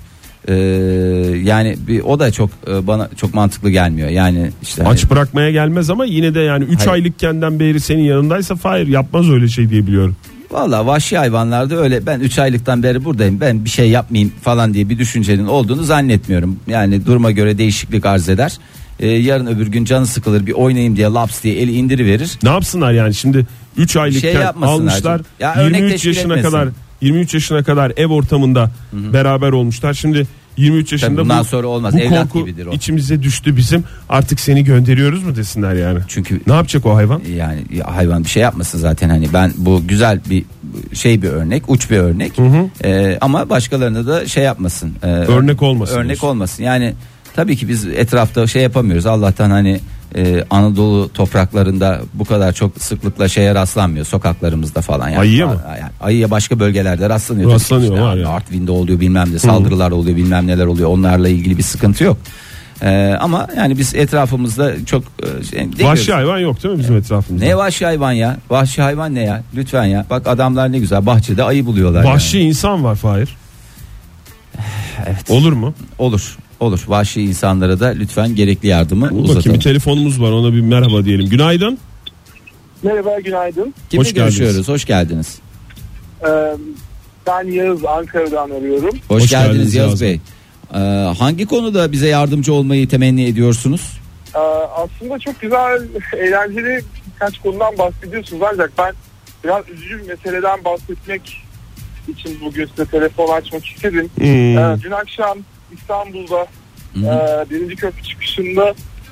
Yani o da çok bana çok mantıklı gelmiyor. Yani işte aç bırakmaya gelmez ama yine de yani 3 aylıkkenden beri senin yanındaysa Fahir yapmaz öyle şey diye biliyorum. Valla vahşi hayvanlarda öyle, ben 3 aylıktan beri buradayım, ben bir şey yapmayayım falan diye bir düşüncenin olduğunu zannetmiyorum. Yani duruma göre değişiklik arz eder. Yarın öbür gün canı sıkılır, bir oynayayım diye laps diye eli indiriverir. Ne yapsınlar yani şimdi 3 aylıkken almışlar, 23 yaşına kadar ev ortamında beraber olmuşlar. Şimdi 23 yaşında bundan sonra olmaz. Bu evlat korku gibidir o. İçimize düştü bizim, artık seni gönderiyoruz mu desinler yani. Çünkü ne yapacak o hayvan? Yani hayvan bir şey yapmasın zaten, hani ben bu güzel bir bir örnek, uç bir örnek. Ama başkalarına da şey yapmasın. Örnek olmasın. Örnek olmasın. Yani tabii ki biz etrafta yapamıyoruz. Allah'tan hani Anadolu topraklarında bu kadar çok sıklıkla rastlanmıyor sokaklarımızda falan. Yani, ayıya mı? Yani ayıya başka bölgelerde rastlanıyor. Rastlanıyor var ya. Artvin'de oluyor, bilmem ne saldırılar oluyor, bilmem neler oluyor. Onlarla ilgili bir sıkıntı yok. Ama yani biz etrafımızda çok vahşi hayvan yok değil mi bizim etrafımızda? Ne vahşi hayvan ya? Vahşi hayvan ne ya? Lütfen ya. Bak adamlar ne güzel bahçede ayı buluyorlar. Vahşi insan var Fahir. Evet. Olur mu? Olur. Vahşi insanlara da lütfen gerekli yardımı uzatalım. Bakayım, bir telefonumuz var, ona bir merhaba diyelim. Günaydın. Merhaba, günaydın. Kimle görüşüyoruz? Hoş geldiniz. Ben Yağız, Ankara'dan arıyorum. Hoş geldiniz Yağız Bey. Hangi konuda bize yardımcı olmayı temenni ediyorsunuz? Aslında çok güzel, eğlenceli birkaç konudan bahsediyorsunuz, ancak ben biraz üzücü bir meseleden bahsetmek için bugün size telefon açmak istedim. Dün akşam İstanbul'da birinci köprü çıkışında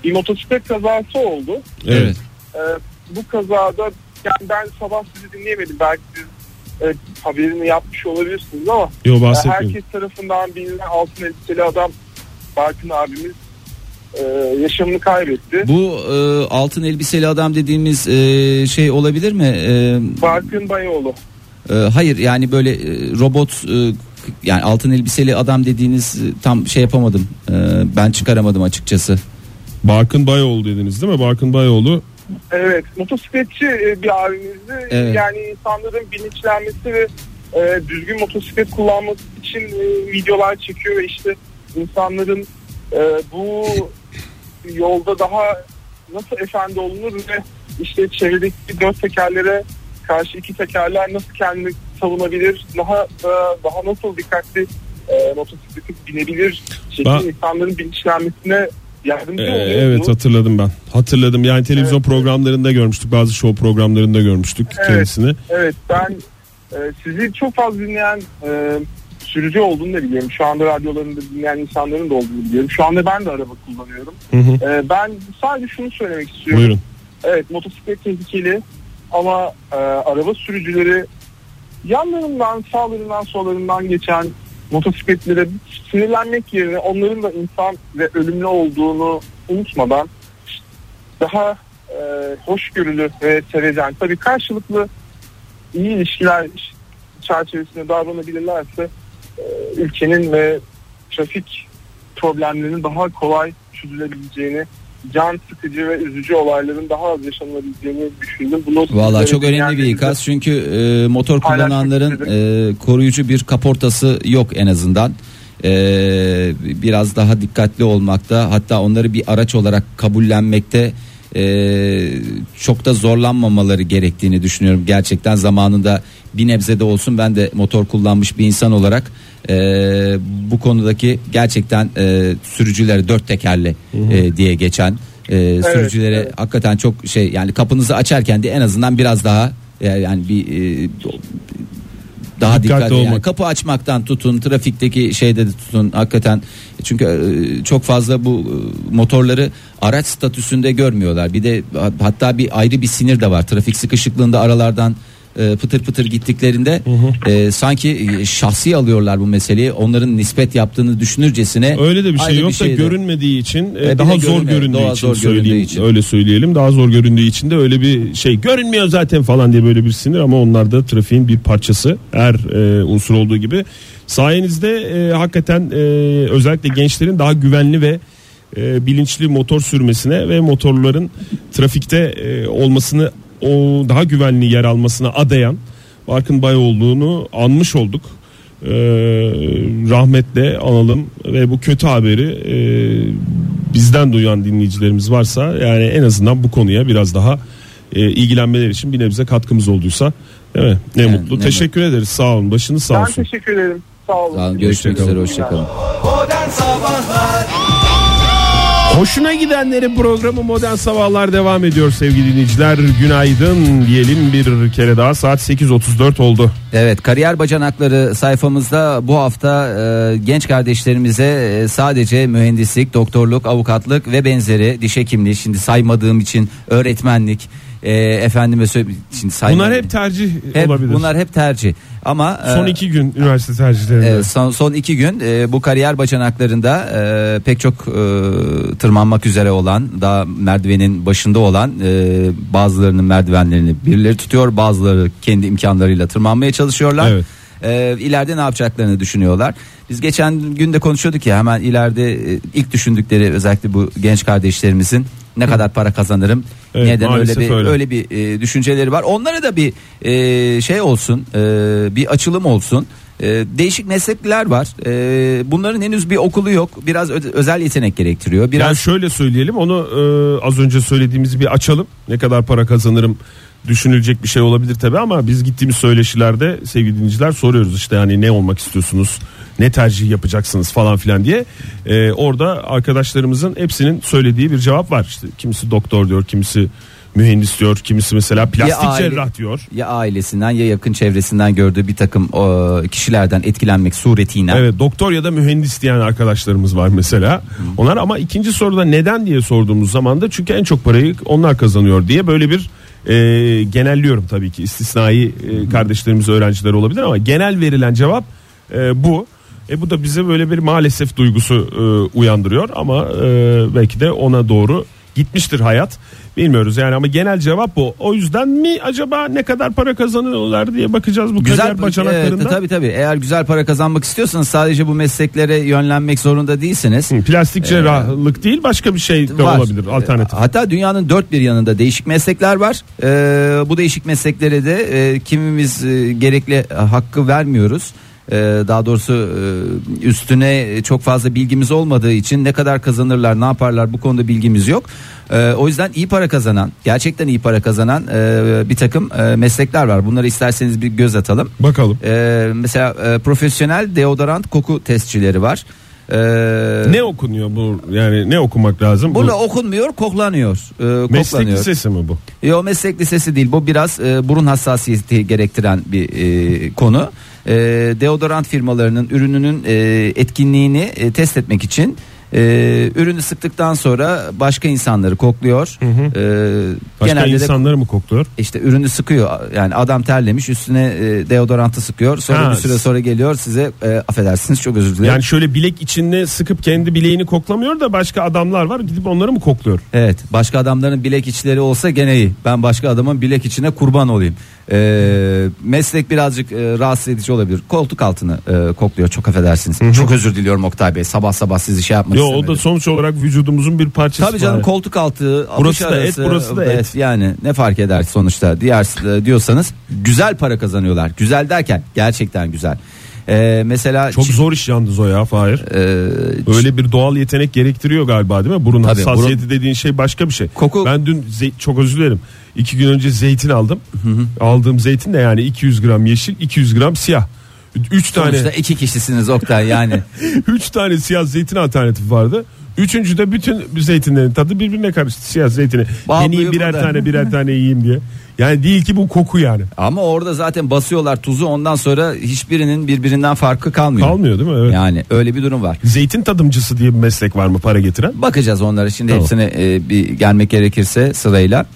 bir motosiklet kazası oldu. Evet. Bu kazada yani ben sabah sizi dinleyemedim. Belki siz haberini yapmış olabilirsiniz ama herkes tarafından bilinen altın elbiseli adam Barkın abimiz yaşamını kaybetti. Bu altın elbiseli adam dediğimiz şey olabilir mi? Barkın Bayoğlu. Hayır yani böyle robot yani altın elbiseli adam dediğiniz tam şey yapamadım. Ben çıkaramadım açıkçası. Barkın Bayoğlu dediniz değil mi? Barkın Bayoğlu. Evet, motosikletçi bir abimizdi. Evet. Yani insanların bilinçlenmesi ve düzgün motosiklet kullanması için videolar çekiyor ve işte insanların bu yolda daha nasıl efendi olunur ve işte çevredeki dört tekerlere karşı iki tekerler nasıl kendini savunabilir, daha nasıl dikkatli motosiklete binebilir şeklinde insanların bilinçlenmesine yardımcı oluyor. Evet, hatırladım yani televizyon programlarında görmüştük, bazı show programlarında görmüştük kendisini. Evet, ben sizi çok fazla dinleyen sürücü olduğunu da biliyorum. Şu anda radyolarında dinleyen insanların da olduğunu biliyorum. Şu anda ben de araba kullanıyorum. Ben sadece şunu söylemek istiyorum. Buyurun. Evet, motosiklet tehlikeli ama araba sürücüleri yanlarından, sağlarından, sollarından geçen motosikletlere sinirlenmek yerine onların da insan ve ölümlü olduğunu unutmadan daha hoşgörülü ve sevecen, tabii karşılıklı iyi ilişkiler çerçevesinde davranabilirlerse ülkenin ve trafik problemlerinin daha kolay çözülebileceğini, can sıkıcı ve üzücü olayların daha az yaşanabileceğini düşündüm. Vallahi çok önemli bir ikaz çünkü motor kullananların koruyucu bir kaportası yok en azından. Biraz daha dikkatli olmakta, hatta onları bir araç olarak kabullenmekte çok da zorlanmamaları gerektiğini düşünüyorum. Gerçekten zamanında bir nebze de olsun ben de motor kullanmış bir insan olarak bu konudaki gerçekten sürücülere dört tekerli diye geçen sürücülere hakikaten çok şey, yani kapınızı açarken de en azından biraz daha yani bir daha dikkatli yani kapı açmaktan tutun, trafikteki şeyde de tutun hakikaten, çünkü çok fazla bu motorları araç statüsünde görmüyorlar. Bir de hatta bir ayrı bir sinir de var, trafik sıkışıklığında aralardan pıtır pıtır gittiklerinde sanki şahsi alıyorlar bu meseleyi, onların nispet yaptığını düşünürcesine. Öyle de bir şey yok da görünmediği için daha zor göründüğü için söyleyeyim, öyle söyleyelim, daha zor göründüğü için de öyle bir şey, görünmüyor zaten falan diye böyle bir sinir, ama onlar da trafiğin bir parçası, her unsur olduğu gibi. Sayenizde hakikaten özellikle gençlerin daha güvenli ve bilinçli motor sürmesine ve motorların trafikte olmasını, o daha güvenli yer almasına adayan Barkın Bayoğlu'nu anmış olduk. Rahmetle analım ve bu kötü haberi bizden duyan dinleyicilerimiz varsa yani en azından bu konuya biraz daha ilgilenmeleri için bir nebze katkımız olduysa, değil mi? Ne mutlu. Teşekkür ederiz. Sağ olun. Başınız sağ olsun. Ben teşekkür ederim. Sağ olun. Sağ olun. Görüşmek üzere. Hoşçakalın. Modern Sabahlar. Hoşuna gidenlerin programı Modern Sabahlar devam ediyor sevgili dinleyiciler. Günaydın diyelim bir kere daha, saat 8.34 oldu. Evet, Kariyer Bacanakları sayfamızda bu hafta genç kardeşlerimize sadece mühendislik, doktorluk, avukatlık ve benzeri, diş hekimliği, şimdi saymadığım için öğretmenlik, efendime söyleyeyim, şimdi bunlar hep tercih olabilir. Bunlar hep tercih. Ama son 2 gün üniversite tercihlerinde. Son 2 gün bu kariyer bacanaklarında pek çok tırmanmak üzere olan, daha merdivenin başında olan, bazılarının merdivenlerini birileri tutuyor, bazıları kendi imkanlarıyla tırmanmaya çalışıyorlar. Evet. İleride ne yapacaklarını düşünüyorlar. Biz geçen gün de konuşuyorduk ya, hemen ileride ilk düşündükleri, özellikle bu genç kardeşlerimizin ne kadar para kazanırım, evet, neden öyle bir düşünceleri var. Onlara da bir şey olsun, bir açılım olsun. Değişik meslekler var. Bunların henüz bir okulu yok. Biraz özel yetenek gerektiriyor. Yani şöyle söyleyelim, onu az önce söylediğimizi bir açalım. Ne kadar para kazanırım düşünülecek bir şey olabilir tabii, ama biz gittiğimiz söyleşilerde sevgili dinleyiciler soruyoruz işte, hani ne olmak istiyorsunuz, ne tercih yapacaksınız falan filan diye. Orada arkadaşlarımızın hepsinin söylediği bir cevap var. İşte kimisi doktor diyor, kimisi mühendis diyor, kimisi mesela plastik cerrah diyor. Ya ailesinden ya yakın çevresinden gördüğü bir takım kişilerden etkilenmek suretiyle. Evet, doktor ya da mühendis diyen arkadaşlarımız var mesela. Onlar ama ikinci soruda neden diye sorduğumuz zaman da çünkü en çok parayı onlar kazanıyor diye böyle bir genelliyorum tabii ki, istisnai kardeşlerimiz, öğrenciler olabilir ama genel verilen cevap bu. Bu da bize böyle bir maalesef duygusu uyandırıyor ama belki de ona doğru gitmiştir hayat. Bilmiyoruz yani ama genel cevap bu. O yüzden mi acaba ne kadar para kazanıyorlar diye bakacağız bu kariyer bacanaklarında. Tabii. Eğer güzel para kazanmak istiyorsanız sadece bu mesleklere yönlenmek zorunda değilsiniz. Plastik cerrahlık değil, başka bir şey de var. Olabilir alternatif. Hatta dünyanın dört bir yanında değişik meslekler var. Bu değişik mesleklere de kimimiz gerekli hakkı vermiyoruz. Daha doğrusu üstüne çok fazla bilgimiz olmadığı için ne kadar kazanırlar, ne yaparlar bu konuda bilgimiz yok. O yüzden iyi para kazanan, gerçekten iyi para kazanan bir takım meslekler var. Bunları isterseniz bir göz atalım. Bakalım. Mesela profesyonel deodorant koku testçileri var. Ne okunuyor bu, yani ne okumak lazım? Burada okunmuyor, koklanıyor. Meslek lisesi mi bu? Yok, meslek lisesi değil, bu biraz burun hassasiyeti gerektiren bir konu. Deodorant firmalarının ürününün etkinliğini test etmek için ürünü sıktıktan sonra başka insanları kokluyor. Başka insanları mı kokluyor? İşte ürünü sıkıyor, yani adam terlemiş, üstüne deodorantı sıkıyor, sonra bir süre sonra geliyor size affedersiniz, çok özür dilerim. Yani şöyle bilek içine sıkıp kendi bileğini koklamıyor da başka adamlar var, gidip onları mı kokluyor? Evet, başka adamların bilek içleri olsa gene iyi, ben başka adamın bilek içine kurban olayım. Meslek birazcık rahatsız edici olabilir. Koltuk altını kokluyor, çok affedersiniz. Çok özür diliyorum Oktay Bey, sabah sabah sizi şey yapmak istemedim. O da sonuç olarak vücudumuzun bir parçası. Tabii canım, koltuk altı, burası da arası, et, burası da et. Yani ne fark eder sonuçta, diyorsanız güzel para kazanıyorlar. Güzel derken gerçekten güzel. Mesela çok zor iş yalnız o ya Fahir. Öyle bir doğal yetenek gerektiriyor galiba, değil mi? Burun hassasiyeti dediğin şey başka bir şey. Koku. Ben dün çok özür dilerim, 2 gün önce zeytin aldım. Aldığım zeytin de yani 200 gram yeşil, 200 gram siyah. 3 tane. Sonuçta 2 kişisiniz Oktay yani. 3 tane siyah zeytin alternatifi vardı. Üçüncüde bütün zeytinlerin tadı birbirine karıştı, siyah zeytini. Yeneyim birer tane yiyeyim diye. Yani değil ki bu koku yani. Ama orada zaten basıyorlar tuzu, ondan sonra hiçbirinin birbirinden farkı kalmıyor. Kalmıyor değil mi? Evet. Yani öyle bir durum var. Zeytin tadımcısı diye bir meslek var mı para getiren? Bakacağız onlara şimdi, tamam. Hepsine bir gelmek gerekirse sırayla.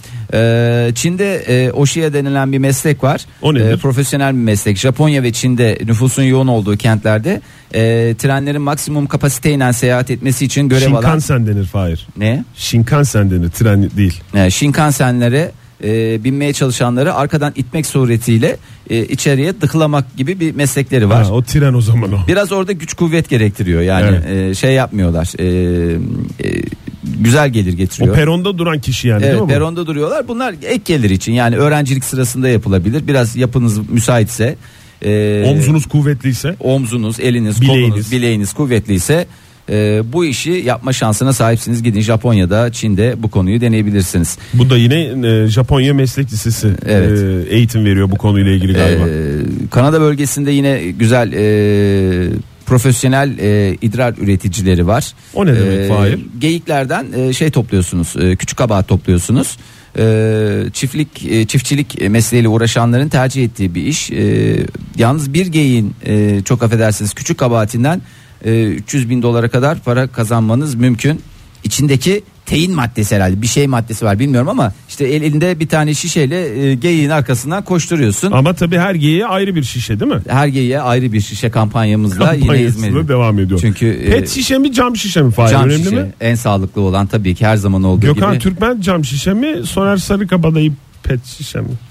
Çin'de Oshiya denilen bir meslek var. O nedir? Profesyonel bir meslek. Japonya ve Çin'de nüfusun yoğun olduğu kentlerde trenlerin maksimum kapasiteyle seyahat etmesi için görev alan. Shinkansen denir Fahir. Ne? Shinkansen denir, tren değil. Shinkansenlere binmeye çalışanları arkadan itmek suretiyle içeriye dıklamak gibi bir meslekleri var. O tren o zaman o. Biraz orada güç kuvvet gerektiriyor yani, evet. Şey yapmıyorlar. Güzel gelir getiriyor. O peronda duran kişi yani, evet, değil mi? Peronda duruyorlar. Bunlar ek gelir için, yani öğrencilik sırasında yapılabilir. Biraz yapınız müsaitse, omzunuz kuvvetliyse, omzunuz, eliniz, kolunuz, bileğiniz kuvvetliyse bu işi yapma şansına sahipsiniz. Gidin Japonya'da, Çin'de bu konuyu deneyebilirsiniz. Bu da yine Japonya Meslek Lisesi eğitim veriyor bu konuyla ilgili galiba. Kanada bölgesinde yine güzel profesyonel idrar üreticileri var. O ne demek Fahir? Geyiklerden şey topluyorsunuz, küçük kabahat topluyorsunuz. Çiftçilik mesleğiyle uğraşanların tercih ettiği bir iş. Yalnız bir geyiğin çok affedersiniz küçük kabahatinden 300 bin dolara kadar para kazanmanız mümkün. İçindeki tein maddesi, herhalde bir şey maddesi var bilmiyorum ama işte elinde bir tane şişeyle geyiğin arkasından koşturuyorsun. Ama tabii her geyiğe ayrı bir şişe, değil mi? Her geyiğe ayrı bir şişe kampanyamızla yine hizmet devam ediyor. Çünkü pet şişe mi, cam şişe mi Fahir? Cam önemli şişe mi? en sağlıklı olan tabii ki, her zaman olduğu gibi. Gökhan Türkmen cam şişe mi, Soner Sarıkabadayı pet şişe mi?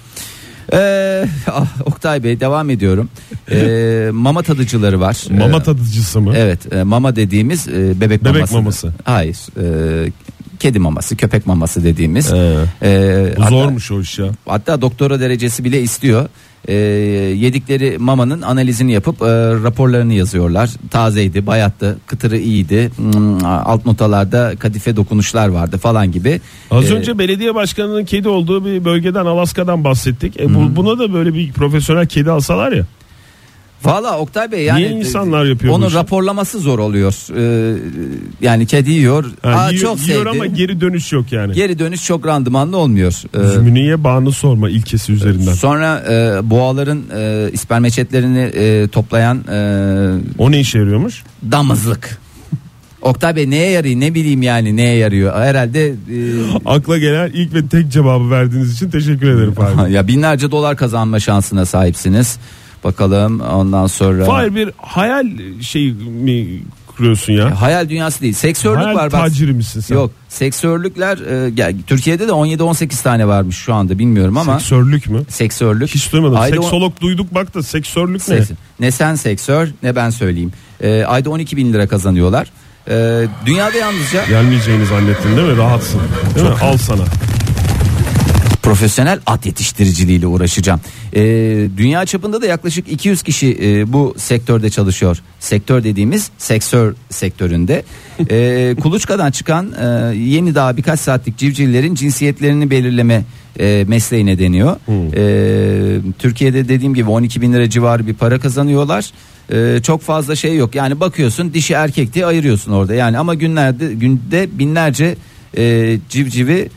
Oktay Bey, devam ediyorum. Mama tadıcıları var. Mama tadıcısı mı? Evet, mama dediğimiz bebek maması. Hayır, kedi maması, köpek maması dediğimiz. Zormuş o iş ya. Hatta doktora derecesi bile istiyor. Yedikleri mamanın analizini yapıp raporlarını yazıyorlar. Tazeydi, bayattı, kıtırı iyiydi, alt notalarda kadife dokunuşlar vardı falan gibi. Az önce belediye başkanının kedi olduğu bir bölgeden, Alaska'dan bahsettik. Buna da böyle bir profesyonel kedi alsalar ya. Valla Oktay Bey yani niye insanlar yapıyor onun bu işi? raporlaması zor oluyor. Yani kedi yiyor. Çok yiyor sevdi. ama geri dönüş yok yani. Geri dönüş çok randımanlı olmuyor. Zümrüye bağını sorma ilkesi üzerinden. Sonra boğaların ispermeçetlerini toplayan o ne işe yarıyormuş? damızlık. Oktay Bey neye yarıyor, ne bileyim yani neye yarıyor herhalde. Akla gelen ilk ve tek cevabı verdiğiniz için teşekkür ederim Fahir. Ya binlerce dolar kazanma şansına sahipsiniz. Bakalım ondan sonra. Fahir bir hayal şey mi kuruyorsun ya? Hayal dünyası değil. Seksörlük Hayal var. taciri misin sen? Yok. Seksörlükler Türkiye'de de 17-18 tane varmış şu anda bilmiyorum ama. Seksörlük mü? Seksörlük. Hiç duymadım. Ayda Seksolog duyduk bak da seksörlük ne? Ne sen seksör ne ben söyleyeyim. Ayda 12 bin lira kazanıyorlar. Dünyada yalnızca. Gelmeyeceğini zannettin değil mi? Rahatsın. Değil mi? Al sana. Profesyonel at yetiştiriciliğiyle uğraşacağım. Dünya çapında da yaklaşık 200 kişi bu sektörde çalışıyor. Sektör dediğimiz seksör sektöründe. Kuluçkadan çıkan yeni daha birkaç saatlik civcivlerin cinsiyetlerini belirleme mesleğine deniyor. Türkiye'de dediğim gibi 12 bin lira civarı bir para kazanıyorlar. Çok fazla şey yok. Yani bakıyorsun dişi erkek diye ayırıyorsun orada. Yani ama günde binlerce civcivi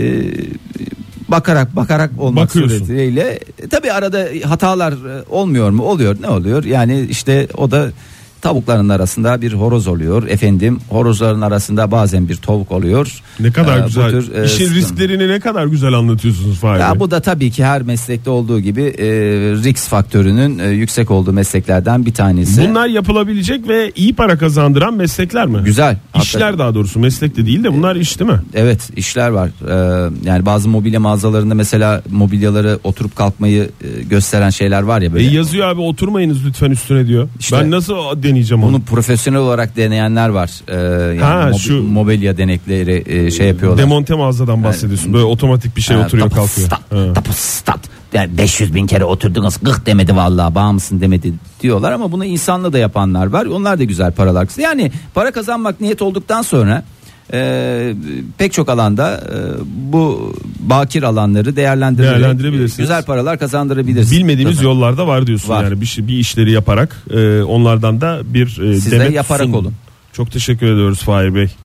bakarak olmak suretiyle tabii arada hatalar olmuyor mu? Oluyor. Ne oluyor? Yani işte o da tavukların arasında bir horoz oluyor. Efendim horozların arasında bazen bir tavuk oluyor. Ne kadar güzel. Tür, İşin risklerini ne kadar güzel anlatıyorsunuz Fahir Bey. Ya bu da tabii ki her meslekte olduğu gibi risk faktörünün yüksek olduğu mesleklerden bir tanesi. Bunlar yapılabilecek ve iyi para kazandıran meslekler mi? Güzel. İşler hakikaten. daha doğrusu meslek de değil de bunlar iş değil mi? Evet işler var. Yani bazı mobilya mağazalarında mesela mobilyaları oturup kalkmayı gösteren şeyler var ya böyle. Yazıyor abi oturmayınız lütfen üstüne diyor. İşte, ben nasıl deneyeceğim onu? Bunu profesyonel olarak deneyenler var. Yani şu mobilya denekleri şey yapıyorlar. Demonte mağazadan bahsediyorsun. Böyle otomatik bir şey oturuyor kalkıyor. Stat. Yani 500 bin kere oturdunuz gık demedi vallahi bağ mısın demedi diyorlar ama bunu insanla da yapanlar var. Onlar da güzel paralar. Yani para kazanmak niyet olduktan sonra pek çok alanda bu bakir alanları değerlendirebilirsiniz. Güzel paralar kazandırabilirsiniz. Bilmediğimiz yollarda var diyorsun var. Yani bir işleri yaparak onlardan da bir siz de demet yaparak sun. olun. Çok teşekkür ediyoruz Fahir Bey.